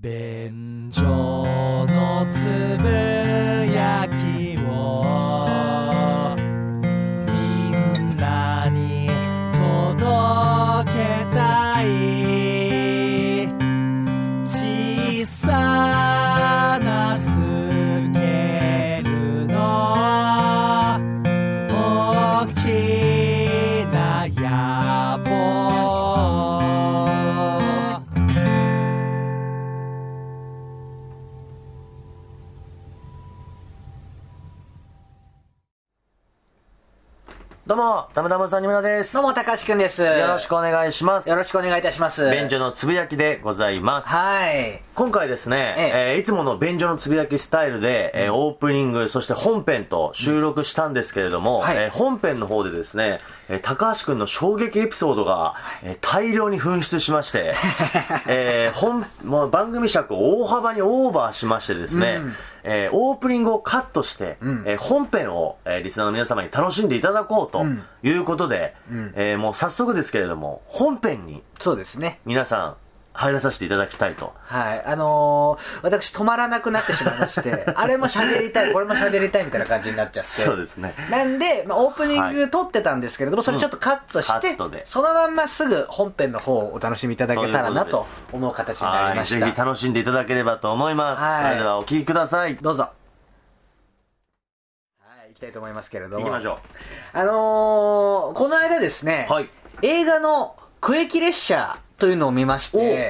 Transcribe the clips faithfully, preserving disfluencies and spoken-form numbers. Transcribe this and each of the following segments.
便所のつぶやきをみんなに届けたい小さなスケールの大きな野望。 どうも、たむたむさんにむらです。 どうも、たかしくんです。 よろしくお願いします。 よろしくお願いいたします。 便所のつぶやきでございます。 はい。 今回ですね、 えええーいつもの便所のつぶやきスタイルで、えーオープニング、そして本編と収録したんですけれども、 はいえー本編の方でですね、えー高橋くんの衝撃エピソードが、えー大量に噴出しまして、えー本もう番組尺を大幅にオーバーしましてですね、 うんえーオープニングをカットして、 うんえー本編を、えーリスナーの皆様に楽しんでいただこうとうんいうことで、 うんえーもう早速ですけれども、本編にそうですね。 皆さん入らさせていただきたいと。 はい。あのー、私止まらなくなってしまいまして、あれも喋りたい、これも喋りたいみたいな感じになっちゃって。 そうですね。 なんで、まあ、オープニング撮ってたんですけれども、それちょっとカットして、 うんカットでそのまんますぐ本編の方をお楽しみいただけたらなと思う形になりましはい、ぜひた。 楽しんでいただければと思います。 はいそれではお聴きください。 どうぞ。はい、行きたいと思いますけれども。 行きましょあのー、この間ですね、 はい映画の区域列車というのを見まして、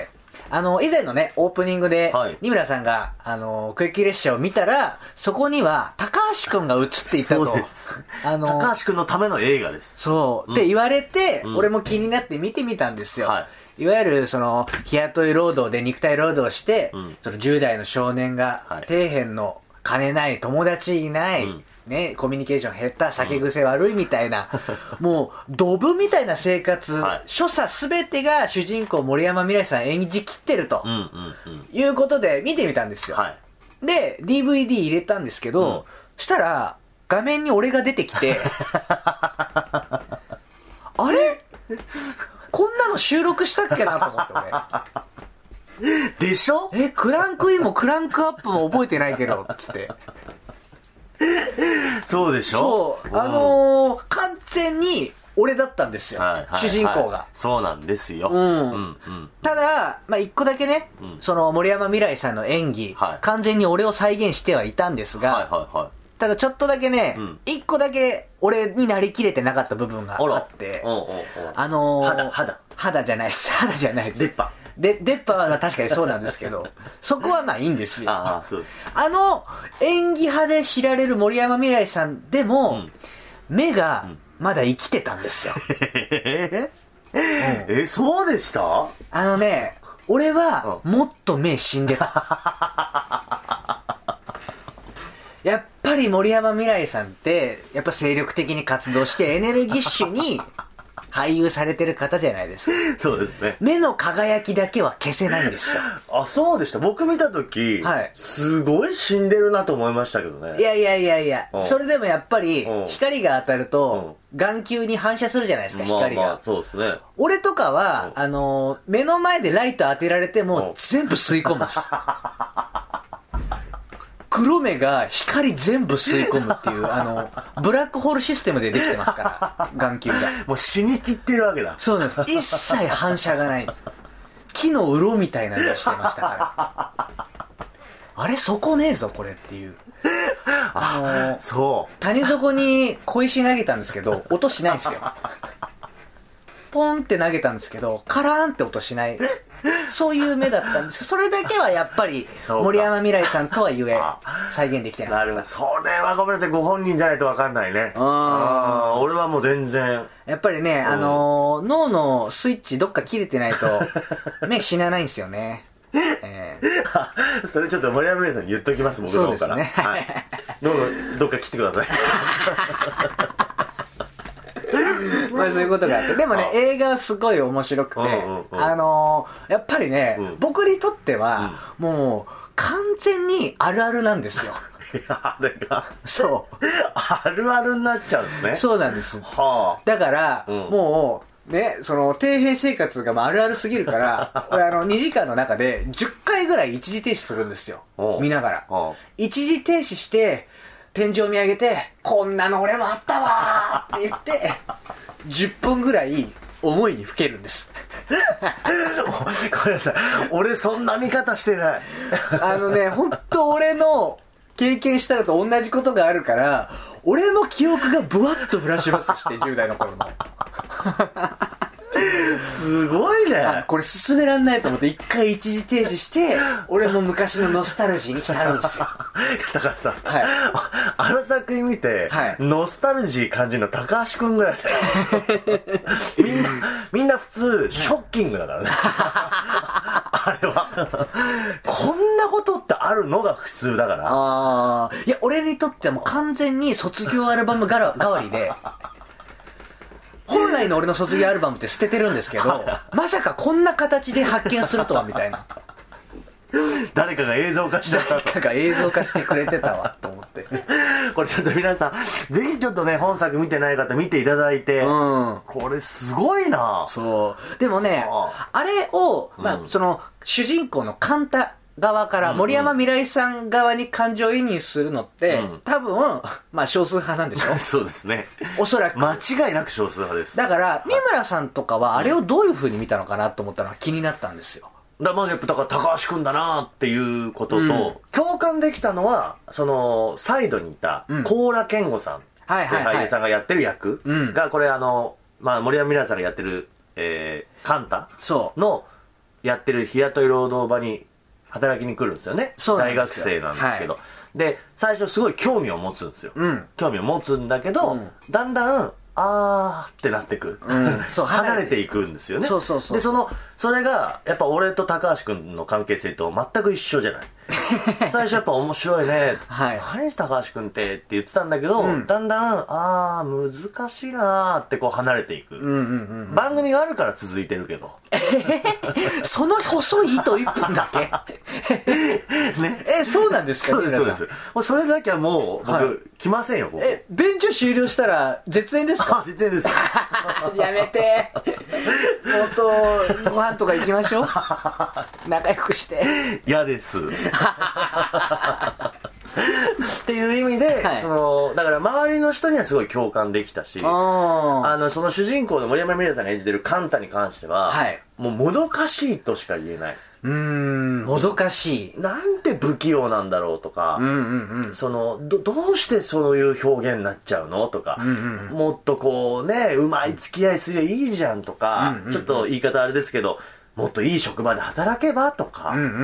あの、以前のね、オープニングで、 はい二村さんが、あの、区域列車を見たら、そこには、高橋くんが映っていたと。 そうですあう。 の、 高橋くんのための映画です。 そう、 うんって言われて、 うん俺も気になって見てみたんですよ。、 はいわゆる、その、日雇い労働で肉体労働して、 うんそのじゅう代の少年が、 はい底辺の金ない、友達いない、 うんね、コミュニケーション減った、酒癖悪いみたいな、もう、ドブみたいな生活、 はい所作すべてが主人公森山未來さん演じきってると、 うんうんうん。 いうことで見てみたんですよ。 はい。 で、ディーブイディー 入れたんですけど、 うんしたら、画面に俺が出てきて、あれこんなの収録したっけなと思って俺。 でしょえ、クランクインもクランクアップも覚えてないけど、つって。 そうでしょそう、あのー、完全に俺だったんですよ。 はいはいはい主人公が。 そうなんですよ。 うんうんうん。 ただ、まあ、一個だけね、 うんその森山未來さんの演技、 はい完全に俺を再現してはいたんですが、 はいはいはい。 ただちょっとだけねうん、 一、個だけ俺になりきれてなかった部分があらあって、 うんうんうん。 あのー、 肌肌肌じゃないです。肌じゃないです。 出っ歯。 で、出っ歯は確かにそうなんですけど、そこはまあいいんですよ。 ああ、そうです。 あの、演技派で知られる森山未來さんでも、 うん目がまだ生きてたんですよ。 えー、え、そうでした？ あのね、俺はもっと目死んでた。やっぱり森山未來さんって、やっぱ精力的に活動してエネルギッシュに俳優されてる方じゃないですか。 そうですね。 目の輝きだけは消せないんですよ。 あ、そうでした。僕見たとき、 はいすごい死んでるなと思いましたけどね。 いやいやいやいやうん、 それでもやっぱりうん光が当たると眼球に反射するじゃないですか、光が。 まあまあ、そうですね。 俺とかは、 うんあのー、目の前でライト当てられてうんも全部吸い込むんです。黒目が光全部吸い込むっていう、あの、ブラックホールシステムでできてますから、眼球が。 もう死にきってるわけだ。 そうなんです。一切反射がないんです。木の鱗みたいな色してましたから。あれそこねえぞ、これっていう。あのー、 そ谷底に小石投げたんですけど、音しないんですよ。ポンって投げたんですけど、カラーンって音しない。そういう目だったんですけど、それだけはやっぱりそうか森山未来さんとはゆえ再現できてう。 なかった。 なるほど。それはごめんなさい。ご本人じゃないとわかんないね。 うんあー俺はもう全然。 やっぱりね、あのー脳のスイッチどっか切れてないと目死なないんですよね。えーそれちょっと森山未来さんに言っときます、僕の方から。 そうですねはい。どうぞ、どっか切ってください。 まあそういうことがあって。でもね、 あ映画はすごい面白くて、 うんうんうんあのーやっぱりね、 うん僕にとっては、もう完全にあるあるなんですよ。 いやあれが、 そう。 あるあるになっちゃうんですね。 そうなんです。 はだから、 うんもう、 ね、その底辺生活がまああるあるすぎるから俺あのにじかんの中でじゅっかいぐらい一時停止するんですよ、見ながら。一時停止して天井見上げてこんなの俺もあったわーって言ってじゅっぷんぐらい思いにふけるんですごめんなさい、俺そんな見方してないあのね、本当俺の経験したのと同じことがあるから俺の記憶がブワッとフラッシュバックしてじゅう代の頃のすごいね。 これ進めらんないと思って一回一時停止して俺も昔のノスタルジーに浸るんですよだからさ、 はい、 あの作品見て、はい、ノスタルジー感じるの高橋くんぐらいだよみんなみんな普通ショッキングだからねあれはこんなことってあるのが普通だから。 ああ、いや俺にとってはもう完全に卒業アルバムがら代わりで本来の俺の卒業アルバムって捨ててるんですけどまさかこんな形で発見するとはみたいな誰かが映像化しちゃったと誰かが映像化してくれてたわと思ってこれちょっと皆さんぜひちょっとね本作見てない方見ていただいて、うん、これすごいな。 そうでもね あ, あれを、まあ、うん、その主人公のカンタ側から森山未來さん側に感情移入するのって、うん、多分まあ少数派なんでしょそうですね、 おそらく間違いなく少数派です。 だから三村さんとかはあれをどういう風に見たのかなと思ったのが気になったんですよ。 だからまあやっぱだから高橋くんだなっていうことと、うん、共感できたのはそのサイドにいた高良健吾さんって俳優さんがやってる役がこれあの、まあ、森山未來さんがやってる、えー、カンタのやってる日雇い労働場に働きに来るんですよね。大学生なんですけど、はい、で最初すごい興味を持つんですよ、うん、興味を持つんだけど、うん、だんだんあーってなってく、うん、そう離れていくんですよね。 そうそうそう。 でそのそれがやっぱ俺と高橋君の関係性と全く一緒じゃない最初やっぱ面白いね、はい、何高橋君ってって言ってたんだけど、うん、だんだんあー難しいなーってこう離れていく、うんうんうんうん、番組があるから続いてるけどその細い糸いっぷんだけね、えそうなんですか。 そうですそうです。もうそれだけはもう僕、はい、来ませんよここ。 え便所終了したら絶縁ですか。 あ絶縁ですやめてもっとご飯とか行きましょう仲良くして嫌ですっていう意味で、はい、そのだから周りの人にはすごい共感できたし、あのその主人公の森山未來さんが演じてるカンタに関しては、はい、もうもどかしいとしか言えない。 うーんもどかしい。 なんて不器用なんだろうとか、うんうんうん、その ど, どうしてそういう表現になっちゃうのとか、うんうんうん、もっとこうねうまい付き合いすりゃいいじゃんとか、うんうんうん、ちょっと言い方あれですけどもっといい職場で働けばとか、うんうんうんうん、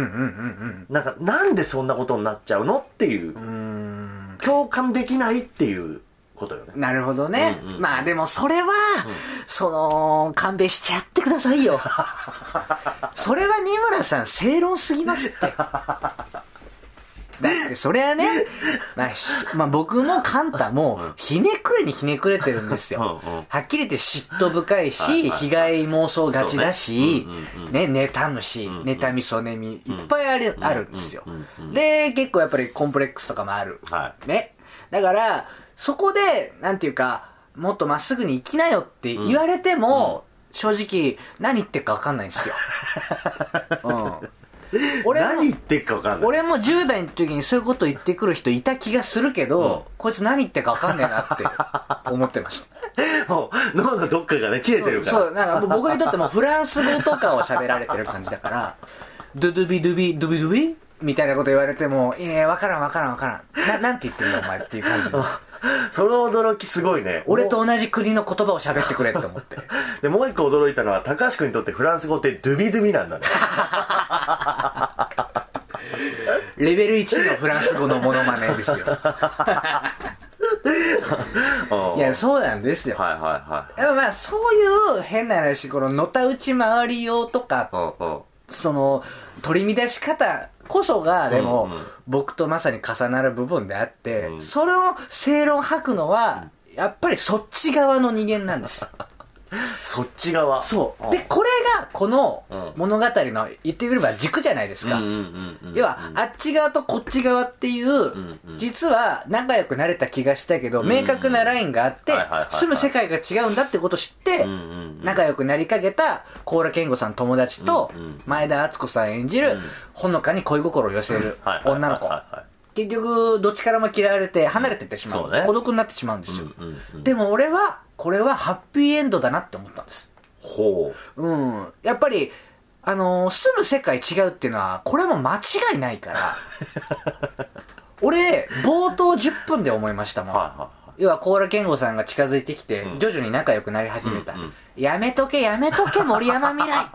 なんかなんでそんなことになっちゃうのっていう、うーん共感できないっていうことよね。 なるほどね、うんうん、まあでもそれは、うん、その勘弁してやってくださいよそれは二村さん正論すぎますってだってそれはね、まあ、まあ僕もカンタもひねくれにひねくれてるんですよ、うんうん、はっきり言って嫉妬深いし、はいはいはい、被害妄想がちだし、ねうんうんうん、ね妬むし、うんうん、妬みそねみいっぱいある、うん、あるんですよ、うんうんうん、で結構やっぱりコンプレックスとかもある、はい、ねだからそこでなんていうかもっとまっすぐに生きなよって言われても、うん、正直何言ってるか分かんないんですよ、うん俺も何言ってっか分かんない。 俺もじゅう代の時にそういうこと言ってくる人いた気がするけど、うん、こいつ何言ってっか分かんねえなって思ってましたもう脳のどっかがね切れてるから。 そう、そうなんかもう僕にとってもフランス語とかを喋られてる感じだからドゥドゥビドゥビドゥビドゥビみたいなこと言われてもいや分からん分からん分からん な, なんて言ってるんだお前っていう感じですその驚きすごいね。 俺と同じ国の言葉を喋ってくれって思ってでもう一個驚いたのは高橋君にとってフランス語ってドゥビドゥビなんだねレベルいちのフランス語のモノマネですよいやそうなんですよ、はいはいはい、でもまあそういう変な話こののたうち回りようとかその取り乱し方こそがでも、うんうん、僕とまさに重なる部分であって、うん、それを正論吐くのはやっぱりそっち側の人間なんですよそっち側。 そうでこれがこの物語の言ってみれば軸じゃないですか。要はあっち側とこっち側っていう、うんうん、実は仲良くなれた気がしたけど、うんうん、明確なラインがあって住む世界が違うんだってことを知って、うんうん、仲良くなりかけた高良健吾さん友達と、うんうん、前田敦子さん演じる、うん、ほのかに恋心を寄せる女の子、結局どっちからも嫌われて離れていってしまう、うんね、孤独になってしまうんですよ、うんうんうん、でも俺はこれはハッピーエンドだなって思ったんです。 ほう、うん、やっぱりあのー、住む世界違うっていうのはこれも間違いないから俺冒頭じゅっぷんで思いましたもん、はいはいはい、要は高良健吾さんが近づいてきて、うん、徐々に仲良くなり始めた、うんうん、やめとけやめとけ森山未来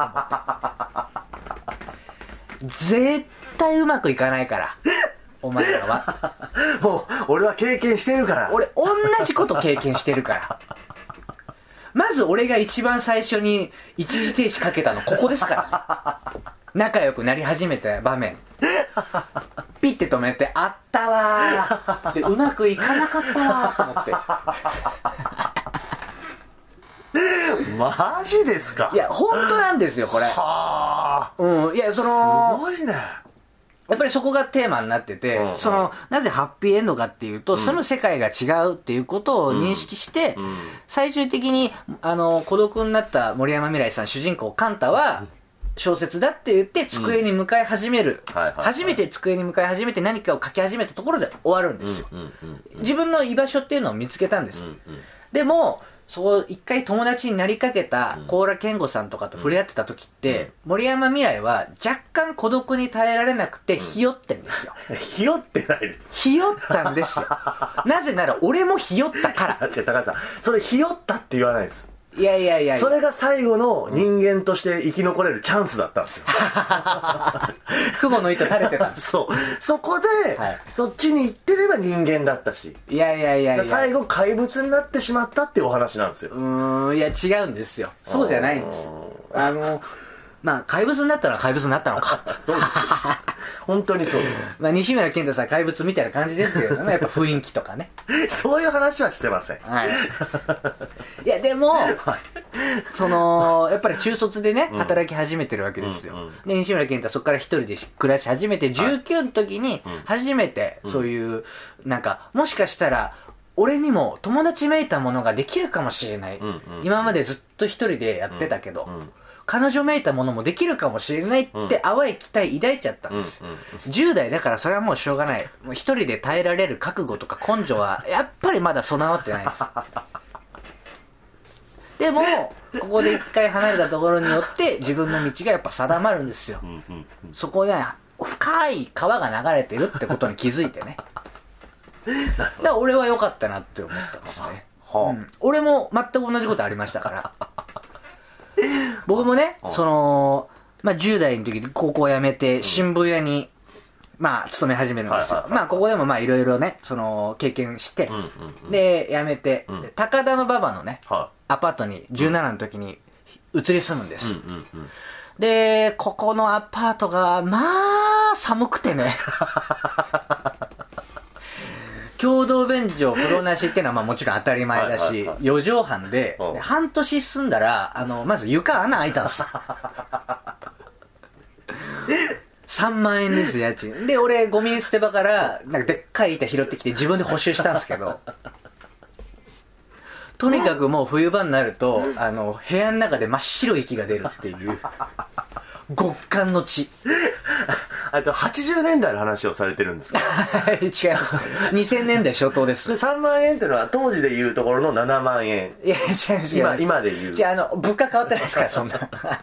絶対うまくいかないからお前らはもう俺は経験してるから。 俺同じこと経験してるからまず俺が一番最初に一時停止かけたのここですからね。仲良くなり始めた場面ピッて止めてあったわーでうまくいかなかったわーと思ってマジですか。 いや本当なんですよこれ。はあ、うん、いやそのすごいね。 やっぱりそこがテーマになってて、うんうん、そのなぜハッピーエンドかっていうと、うん、住む世界が違うっていうことを認識して、うんうん、最終的にあの孤独になった森山未來さん主人公カンタは小説だって言って机に向かい始める、うんはいはいはい、初めて机に向かい始めて何かを書き始めたところで終わるんですよ、うんうんうんうん、自分の居場所っていうのを見つけたんです、うんうん、でもそう一回友達になりかけた高良健吾さんとかと触れ合ってた時って、うん、森山未來は若干孤独に耐えられなくてひよってんですよ、 うん、ひよってないです。 ひよったんですよなぜなら俺もひよったから違う高橋さんそれひよったって言わないです。 いやいやいやいやそれが最後の人間として生き残れるチャンスだったんですよ雲の糸垂れてたんですそうそこで、はい、そっちに行ってれば人間だったし。 いやいやいやいや最後怪物になってしまったっていうお話なんですよ。 うーんいや違うんですよ。そうじゃないんです。あのまあ怪物になったのは怪物になったのかそうです本当にそうですまあ西村健太さん怪物みたいな感じですけれどもやっぱ雰囲気とかねそういう話はしてません、 はい、いやでも、はい、そのやっぱり中卒でね働き始めてるわけですよ、うんうんうん、で西村健太はそこから一人で暮らし始めてじゅうきゅうの時に初めてそういう、うん、なんかもしかしたら俺にも友達めいたものができるかもしれない、うんうんうん、今までずっと一人でやってたけど、うんうん彼女めいたものもできるかもしれないって淡い期待抱いちゃったんです、うんうんうん、じゅう代だからそれはもうしょうがない。もう一人で耐えられる覚悟とか根性はやっぱりまだ備わってないんですでもここで一回離れたところによって自分の道がやっぱ定まるんですよ、うんうんうん、そこで深い川が流れてるってことに気づいてねだから俺は良かったなって思ったんですね、はあうん、俺も全く同じことありましたから僕もね、その、まあ、じゅう代の時に高校を辞めて新聞屋に、まあ、勤め始めるんですよ。まあ、ここでもまあ、いろいろね、その、経験して、で、辞めて、高田馬場のね、アパートにじゅうななの時に移り住むんです。で、ここのアパートが、まあ、寒くてね。共同便所風呂なしっていうのはまあもちろん当たり前だし、はいはいはい、よ畳半で、うん、半年住んだらあのまず床穴開いたんですよさんまんえんです家賃で俺ゴミ捨て場からなんかでっかい板拾ってきて自分で補修したんですけどとにかくもう冬場になるとあの部屋の中で真っ白い息が出るっていう極寒の地あとはちじゅうねんだいの話をされてるんですか違いますにせんねんだい初頭です。 でさんまんえんっていうのは当時でいうところのななまんえん。 いや違う違う今今で言うじゃああの物価変わってないですからそんな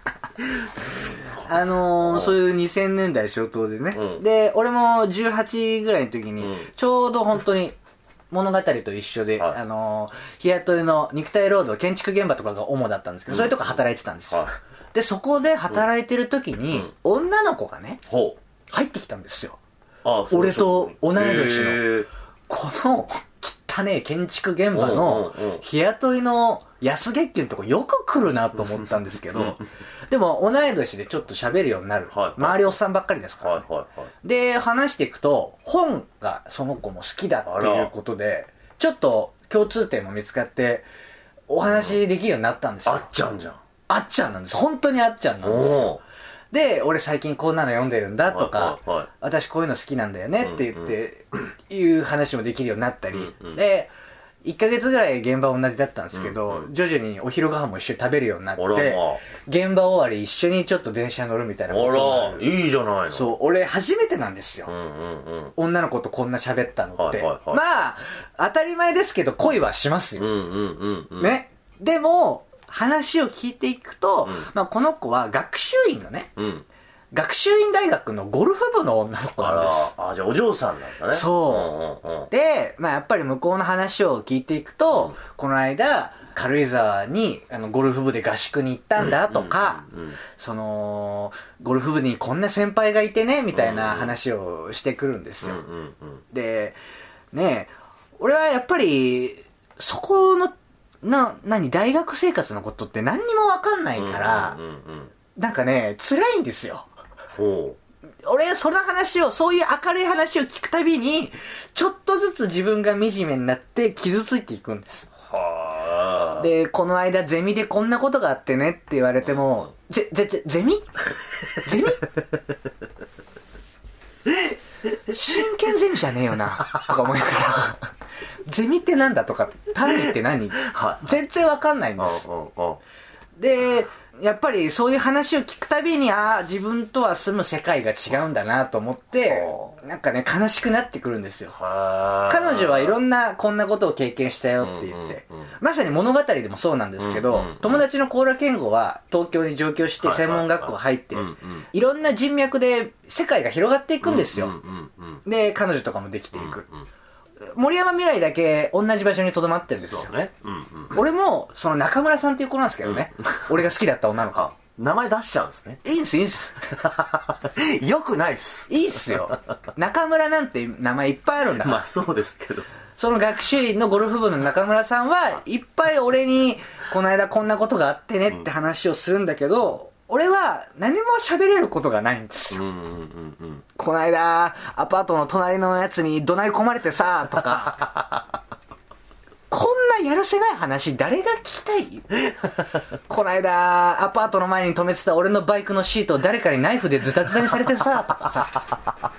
あのー、そういうにせんねんだい初頭でね、うん、で俺もじゅうはちぐらいの時に、うん、ちょうど本当に物語と一緒で、はい、あのー、日雇いの肉体労働建築現場とかが主だったんですけど、うん、そういうとこ働いてたんですよ、はい、でそこで働いてる時に、うん、女の子がね、うん、入ってきたんですよ。ああ俺と同い年のこの汚ねえ建築現場の日雇いの安月給のとこよく来るなと思ったんですけどでも同い年でちょっと喋るようになる、はいはい、周りおっさんばっかりですから、ねはいはいはい、で話していくと本がその子も好きだっていうことでちょっと共通点も見つかってお話できるようになったんですよ。 あっちゃんじゃん。 あっちゃんなんです。本当にあっちゃんなんですよ。で、俺最近こんなの読んでるんだとか、はいはいはい、私こういうの好きなんだよねって言って、うんうん、いう話もできるようになったり、うんうん、で、いっかげつぐらい現場同じだったんですけど、うんうん、徐々にお昼ご飯も一緒に食べるようになって、現場終わり一緒にちょっと電車乗るみたいなこともある。 いいじゃないの。 そう、俺初めてなんですよ。うんうんうん、女の子とこんな喋ったのって。はいはいはい、まあ、当たり前ですけど恋はしますよ。うんうんうんうん、ね。でも、話を聞いていくと、うん、まあ、この子は学習院のね、うん、学習院大学のゴルフ部の女の子なんです。 ああ、じゃあお嬢さんなんだね。 そう。うんうんうん、で、まあ、やっぱり向こうの話を聞いていくと、うん、この間、軽井沢にあのゴルフ部で合宿に行ったんだとか、うんうんうんうん、その、ゴルフ部にこんな先輩がいてね、みたいな話をしてくるんですよ。うんうんうん、で、ね、俺はやっぱり、そこの、な、何、大学生活のことって何にもわかんないから、うんうんうん、なんかね、辛いんですよ。ほう。俺、その話を、そういう明るい話を聞くたびに、ちょっとずつ自分が惨めになって傷ついていくんです。はあ。で、この間ゼミでこんなことがあってねって言われても、ぜ、ぜ、ぜ、ゼミゼミ真剣ゼミじゃねえよな、とか思いながら。ゼミってなんだとか、単位って何全然わかんないんです。で、やっぱりそういう話を聞くたびに、ああ、自分とは住む世界が違うんだなと思って、なんかね、悲しくなってくるんですよ。彼女はいろんな、こんなことを経験したよって言って、うんうんうん、まさに物語でもそうなんですけど、うんうんうん、友達の高良健吾は東京に上京して専門学校入って、いろんな人脈で世界が広がっていくんですよ。うんうんうんうん、で、彼女とかもできていく。うんうん、森山未来だけ同じ場所に留まってるんですよ。そうね。うんうん、俺も、その中村さんっていう子なんですけどね。うん、俺が好きだった女の子。 名前出しちゃうんですね。 いいんす、いいんす。 よくないっす。 いいっすよ。中村なんて名前いっぱいあるんだから。 まあそうですけど。 その学習院のゴルフ部の中村さんはいっぱい俺に、この間こんなことがあってねって話をするんだけど、うん俺は何も喋れることがないんですよ、うんうんうんうん、この間アパートの隣のやつに怒鳴り込まれてさとかこんなやるせない話誰が聞きたいこの間アパートの前に止めてた俺のバイクのシートを誰かにナイフでズタズタにされてさとかさ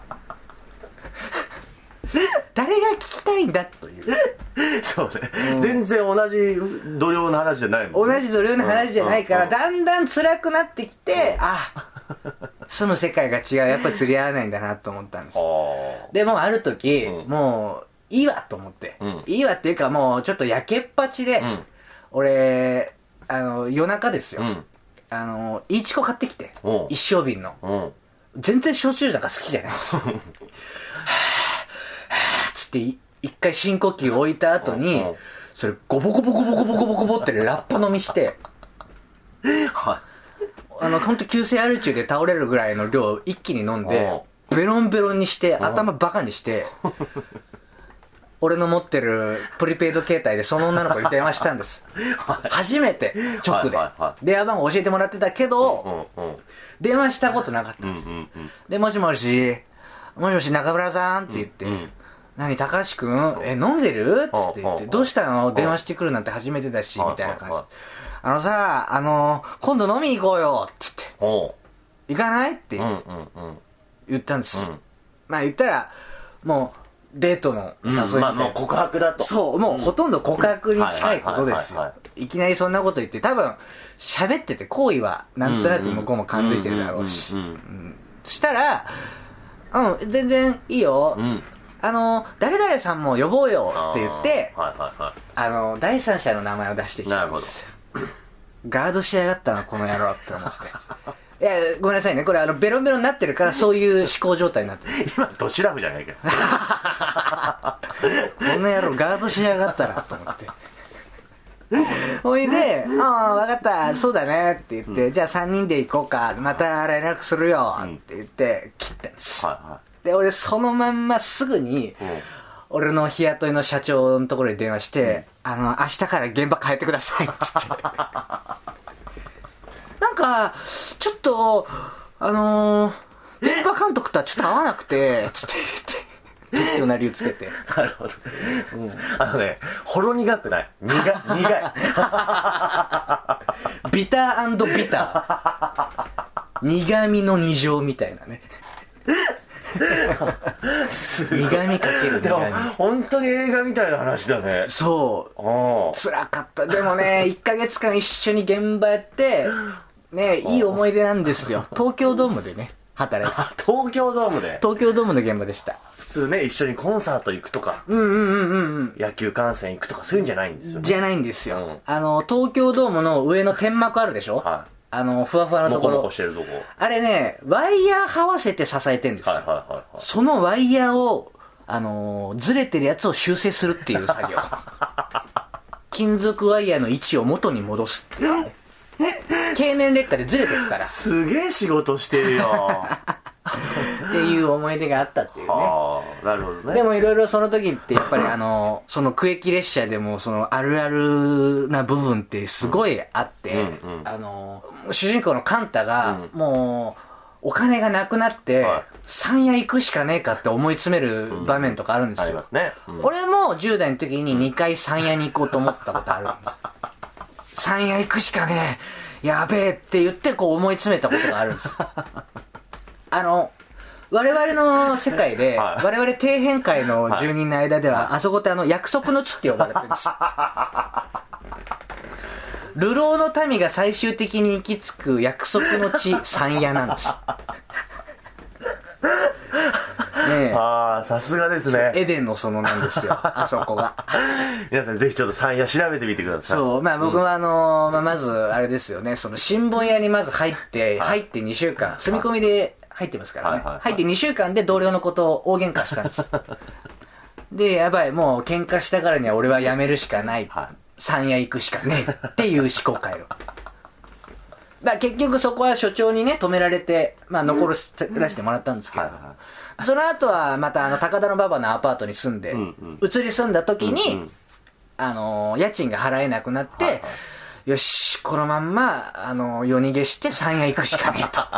誰が聞きたいんだというそうね、うん、全然同じ度量の話じゃないもん、 ね、同じ度量の話じゃないから、うん、だんだん辛くなってきて、うん、あ住む世界が違うやっぱり釣り合わないんだなと思ったんですでもある時、うん、もういいわと思って、うん、いいわっていうかもうちょっとやけっぱちで、うん、俺あの夜中ですよ、うん、あのイーチコ買ってきて一升瓶の、うん、全然焼酎なんか好きじゃないですつって一回深呼吸置いた後にそれゴボゴボゴボゴボゴボゴボってラッパ飲みしてはいあのほんと急性アル中で倒れるぐらいの量を一気に飲んでベロンベロンにして頭バカにして俺の持ってるプリペイド携帯でその女の子に電話したんです、はい、初めて直で、はいはいはい、電話番号教えてもらってたけど、うんうんうん、電話したことなかったんです、うんうんうん、でもしもしもしもし中村さんって言って、うんうん、何高橋くんえ飲んでるって言ってどうしたの電話してくるなんて初めてだしみたいな感じあのさあの今度飲みに行こうよって言って行かないって言ったんです、うんうんうん、まあ言ったらもうデートの誘いみたいな、うんまあ、もう告白だとそうもうほとんど告白に近いことですよいきなりそんなこと言って多分喋ってて好意はなんとなく向こうも感づいてるだろうしそしたらうん全然いいよ、うん、あの誰々さんも呼ぼうよって言って、はいはいはい、あの第三者の名前を出してきたんですよガードしやがったなこの野郎って思っていやごめんなさいねこれあのベロンベロンになってるからそういう思考状態になってる今ドシラフじゃないけどこの野郎ガードしやがったなと思ってほいで「ああ分かったそうだね」って言って、うん、じゃあさんにんで行こうかまた連絡するよって言って切ったんです、うんはいはい、で俺そのまんますぐに、うん、俺の日雇いの社長のところに電話して、うん、あの明日から現場変えてくださいっつってなんかちょっとあのー、電波監督とはちょっと合わなくてつって言って適当な理由つけて。 なるほど、うん、あのねほろ苦くない、苦い苦いビター&ビター苦味の二乗みたいなね苦味かける苦味。 でも本当に映画みたいな話だね。 そう辛かった。でもねいっかげつかん一緒に現場やってね、いい思い出なんですよ。東京ドームでね働いて。 東京ドームで。 東京ドームの現場でした。 普通ね一緒にコンサート行くとか、 うんうんうんうんうん、 野球観戦行くとかそういうんじゃないんですよ、ね、 じゃないんですよ、うん、あの東京ドームの上の天幕あるでしょ、はい、あのふわふわのところ、 モコモコしてるとこ、あれねワイヤー這わせて支えてんですよ、はいはいはいはい、そのワイヤーをあのずれてるやつを修正するっていう作業金属ワイヤーの位置を元に戻すっていう経年劣化でずれてるからすげえ仕事してるよっていう思い出があったっていうね。 はあ、なるほどね。 でもいろいろその時ってやっぱりあのその区域列車でもそのあるあるな部分ってすごいあって、うんうんうん、あの主人公のカンタがもうお金がなくなって山谷行くしかねえかって思い詰める場面とかあるんですよ、うん、ありますね、うん、俺もじゅう代の時ににかい山谷に行こうと思ったことあるんです山谷行くしかねえやべえって言ってこう思い詰めたことがあるんですあの我々の世界で、はい、我々底辺界の住人の間では、はい、あそこってあの約束の地って呼ばれてるんです流浪の民が最終的に行き着く約束の地山谷なんですねえ、 ああさすがですね。 エデンの園なんですよあそこが皆さんぜひちょっと山谷調べてみてください。 そうまあ僕はあのーうんまあ、まずあれですよねその新聞屋にまず入って、はい、入ってにしゅうかん住み込みで入ってますからね、はいはいはい、入ってにしゅうかんで同僚のことを大喧嘩したんですでやばいもう喧嘩したからには俺は辞めるしかない、はい、山谷行くしかねえっていう思考回路まあ結局そこは所長にね止められて、まあ、残らせてもらったんですけど、はいはい、その後はまたあの高田馬場のアパートに住んで、うんうん、移り住んだ時に、うんうん、あの家賃が払えなくなって、はいはい、よしこのまんまあの夜逃げして山谷行くしかねえと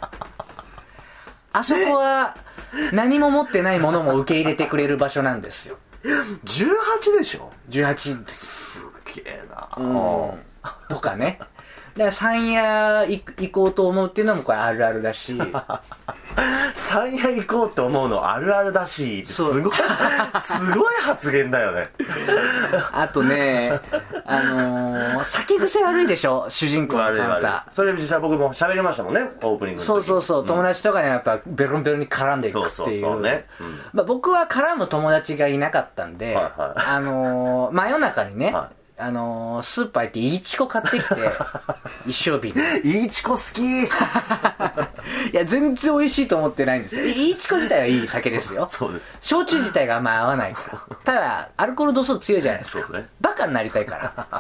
あそこは何も持ってないものも受け入れてくれる場所なんですよ。 じゅうはちでしょ。 じゅうはちすげえな、 うん、とかね。だから山谷行こうと思うっていうのもこれあるあるだし山谷行こうと思うのあるあるだしすごいすごい発言だよねあとねあのー、酒癖悪いでしょ主人公のカンタ。 それ実際僕も喋りましたもんねオープニングの時。 そうそうそう、うん、友達とかにはやっぱベロンベロンに絡んでいくっていう。そうそうそうね、うん、まあ、僕は絡む友達がいなかったんで、はいはい、あのー、真夜中にね、はい、あのー、スーパー行ってイチコ買ってきて一升瓶イチコ好きいや全然美味しいと思ってないんですよ。イチコ自体はいい酒ですよ。 そうです。 焼酎自体があんま合わないからただアルコール度数強いじゃないですか。そうね、バカになりたいから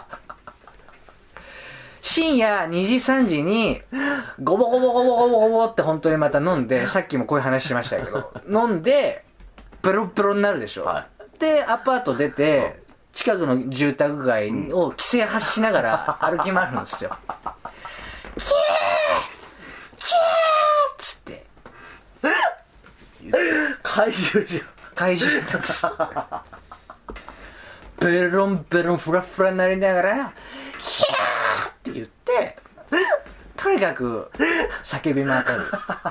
深夜にじさんじにゴボゴボゴボゴボゴボって本当にまた飲んでさっきもこういう話しましたけど飲んでペロペロになるでしょ、はい、でアパート出て近くの住宅街を規制発しながら歩き回るんですよキーキーっつって怪獣じゃん。 怪獣なんですベロンベロンフラフラになりながらキャーって言ってとにかく叫びまくる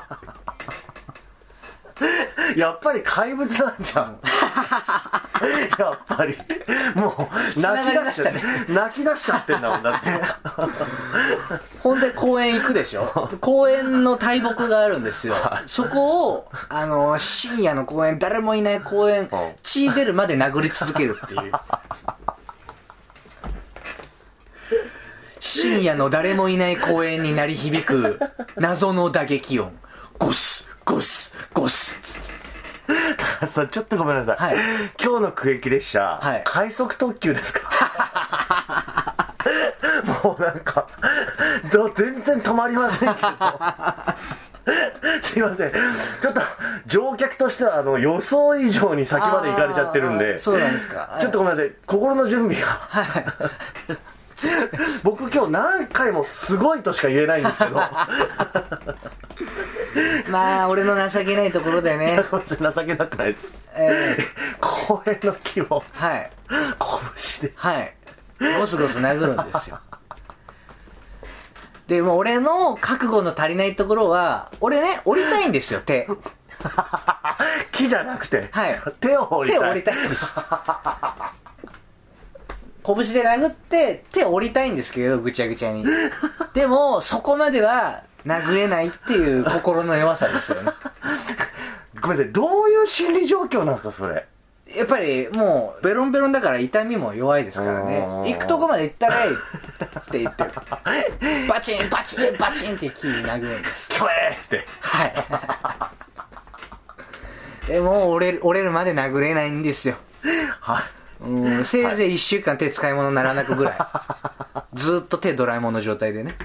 やっぱり怪物なんじゃんやっぱりもう泣き出しちゃって泣き出しちゃってんだもんだってほんで公園行くでしょ。公園の大木があるんですよ、はい、そこをあの深夜の公園誰もいない公園血出るまで殴り続けるっていう深夜の誰もいない公園に鳴り響く謎の打撃音ゴスゴスゴス高橋さんちょっとごめんなさい、はい、今日の区域列車、はい、快速特急ですかもうなんか全然止まりませんけどすいませんちょっと乗客としてはあの予想以上に先まで行かれちゃってるんで。 そうなんですか。 ちょっとごめんなさい心の準備が、はい僕今日何回もすごいとしか言えないんですけどまあ俺の情けないところでね。 こいつ情けなくないです、 えー、公園の木をはい拳ではいゴスゴス殴るんですよ。でも俺の覚悟の足りないところは、俺ね折りたいんですよ、手。 木じゃなくて、 はい、 手を折りたい。 手を折りたいんです。拳で殴って手を折りたいんですけど、ぐちゃぐちゃに。でもそこまでは殴れないっていう心の弱さですよね。 ごめんなさい、どういう心理状況なんですかそれ。 やっぱりもうベロンベロンだから痛みも弱いですからね。行くとこまで行ったらいいって言ってる。バチンバチンバチンって木に殴るんです。 キョエーって。 はい。でも折れる、折れるまで殴れないんですよ。 はい。 うん、せいぜいいっしゅうかん手使い物にならなくぐらい。ずっと手ドラえもんの状態でね。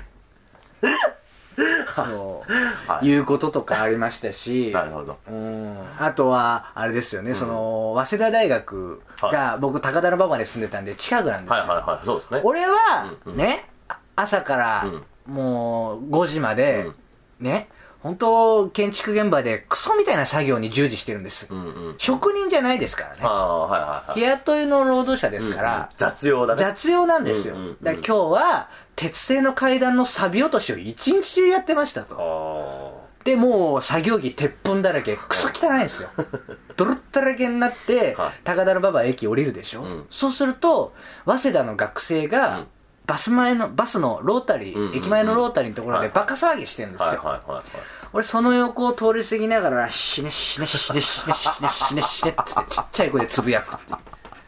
そう、はい、いうこととかありましたし、 なるほど。 うん、あとはあれですよね、うん、その早稲田大学が、はい、僕高田馬場に住んでたんで近くなんですよ。 はいはいはい、そうですね。 俺は、うんうん、ね朝からもうごじまで、うん、ね本当建築現場でクソみたいな作業に従事してるんです、うんうん、職人じゃないですからね。あ、はいはいはい、日雇いの労働者ですから、うんうん、 雑用だね。 雑用なんですよ、うんうんうん、だから今日は鉄製の階段の錆び落としを一日中やってましたと。でもう作業着鉄粉だらけ、クソ汚いんですよ。ドロッだらけになって、はい、高田馬場駅降りるでしょ、うん、そうすると早稲田の学生が、うん、バス前のバスのロータリー、うんうんうん、駅前のロータリーのところでバカ騒ぎしてるんですよ、はいはいはいはい、俺その横を通り過ぎながら死ね死ね死ね死ね死ね死ね死ねってちっちゃい声でつぶやくって。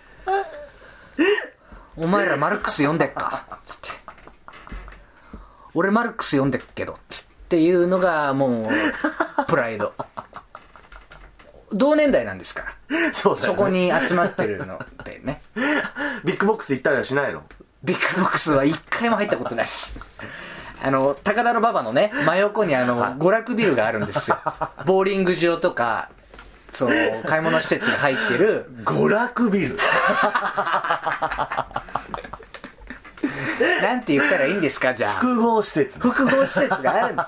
お前らマルクス読んでっかつって、俺マルクス読んでっけどっていうのがもうプライド。同年代なんですから。そうだよね、そこに集まってるのってね。 ビッグボックス行ったりはしないの？ ビッグボックスは一回も入ったことないです。あの高田馬場のね真横にあの、はい、娯楽ビルがあるんですよ。ボーリング場とかその買い物施設が入ってる娯楽ビル。 なんて言ったらいいんですか、じゃあ。 複合施設。 複合施設があるんです。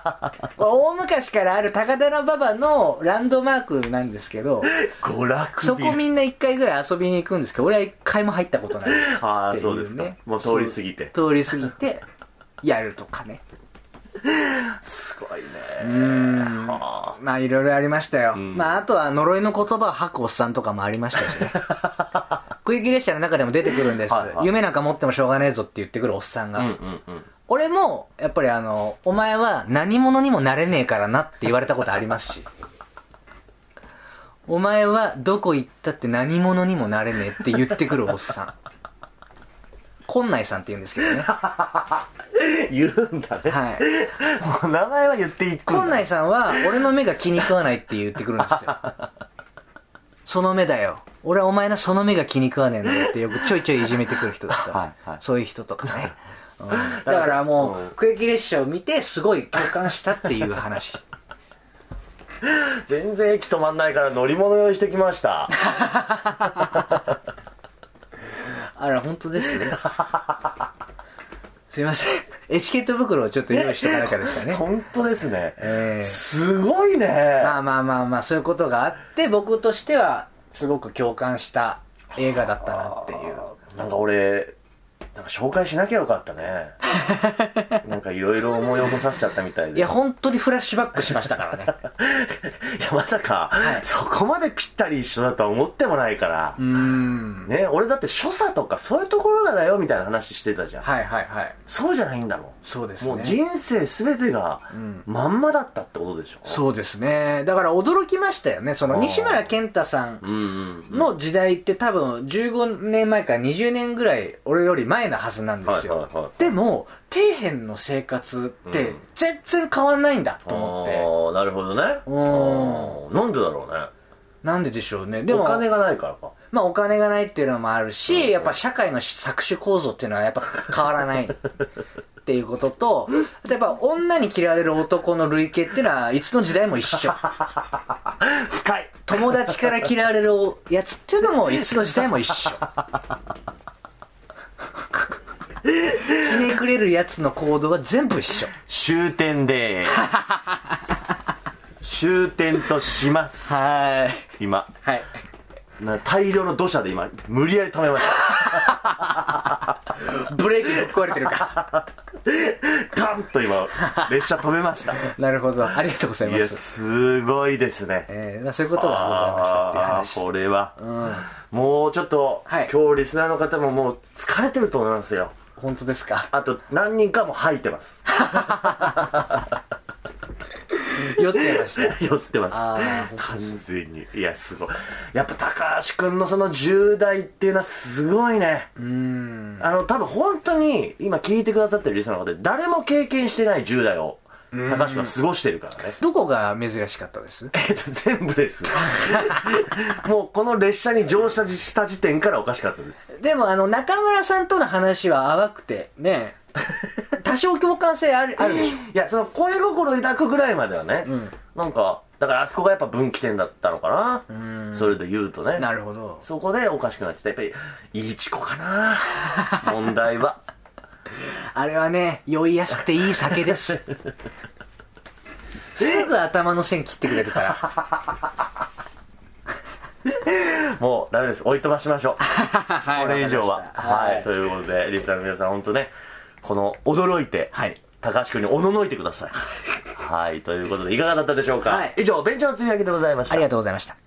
大昔からある高田馬場のランドマークなんですけど、 娯楽ビル。 そこみんな一回ぐらい遊びに行くんですけど、俺は一回も入ったことないっていうね。 ああ、そうですか。もう通り過ぎて。 通り過ぎてやるとかね。 すごいね。 うーん、はあ、まあいろいろありましたよ、うん、まああとは呪いの言葉を吐くおっさんとかもありましたしね。区域列車の中でも出てくるんです、はいはい、夢なんか持ってもしょうがねえぞって言ってくるおっさんが、うんうんうん、俺もやっぱりあのお前は何者にもなれねえからなって言われたことありますし、お前はどこ行ったって何者にもなれねえって言ってくるおっさん。今内さんって言うんですけどね。 言うんだね。はい。もう名前は言っていくんだ。 今内さんは俺の目が気に食わないって言ってくるんですよ。その目だよ。俺はお前のその目が気に食わねえんだよってよくちょいちょいいじめてくる人だったんです、はいはい、そういう人とかね。うん、だからもう区域列車を見てすごい共感したっていう話。 全然駅止まんないから乗り物用意してきました。 あら本当ですね。すいません、エチケット袋をちょっと用意しとかなきゃでしたね。 本当ですね、えー、すごいね。 まあまあまあまあそういうことがあって僕としてはすごく共感した映画だったなっていう。 なんか俺なんか紹介しなきゃよかったね。なんかいろいろ思い起こさせちゃったみたいで。 いや本当にフラッシュバックしましたからね。 いやまさか、はい、そこまでぴったり一緒だとは思ってもないから。うーんね、俺だって所作とかそういうところがだよみたいな話してたじゃん。はいはいはい。そうじゃないんだもん。 そうですね。 もう人生すべてがまんまだったってことでしょ。 うん、そうですね。だから驚きましたよね。その西村健太さんの時代って多分じゅうごねんまえからにじゅうねんぐらい俺より前なはずなんですよ、はいはいはい、でも底辺の生活って全然変わんないんだと思って、 うん、ああなるほどね。うん、なんでだろうね。 なんででしょうね。でもお金がないからか。 まあお金がないっていうのもあるし、うん、やっぱ社会の搾取構造っていうのはやっぱ変わらないっていうことと、やっぱ女に嫌われる男の類型っていうのはいつの時代も一緒。 深い。 友達から嫌われるやつっていうのもいつの時代も一緒。ひねくれるやつの行動は全部一緒。 終点でーす。 終点とします。 はい。 今。 はい。 な大量の土砂で今、無理やり止めました。 ブレーキが壊れてるか。 ダンと今、列車止めました。 なるほど。ありがとうございます。いや、 すごいですね。 えーまあ、そういうことがございましたっていう話。 これは、 うん、 もうちょっと、 はい、 今日リスナーの方ももう疲れてると思いますよ。 本当ですか。 あと何人かも吐いてます。 酔っちゃいました。 酔ってます。完全に。いや、すごい。やっぱ高橋くんのそのじゅう代っていうのはすごいね。 うーん。 あの、多分本当に今聞いてくださってるリスナーの方で誰も経験してないじゅう代を高橋くんは過ごしてるからね。 どこが珍しかったです？ えっと、全部です。もうこの列車に乗車した時点からおかしかったです。 でもあの、中村さんとの話は淡くて、ね。多少共感性ある、あるでしょ。 いや、その恋心抱くぐらいまではね、うん、なんか、だからあそこがやっぱ分岐点だったのかな。うん、それで言うとね。 なるほど。 そこでおかしくなってた。やっぱり、いいチコかな。問題は。 あれはね、酔いやすくていい酒です。すぐ頭の線切ってくれるから。 もうダメです。追い飛ばしましょう。はい、これ以上は。はい、はい。ということで、リスナーの皆さん、本当ね、この驚いて、はい、高橋君におののいてください。はい、ということでいかがだったでしょうか。はい、以上、ベンチャーのつぶやきでございました。 ありがとうございました。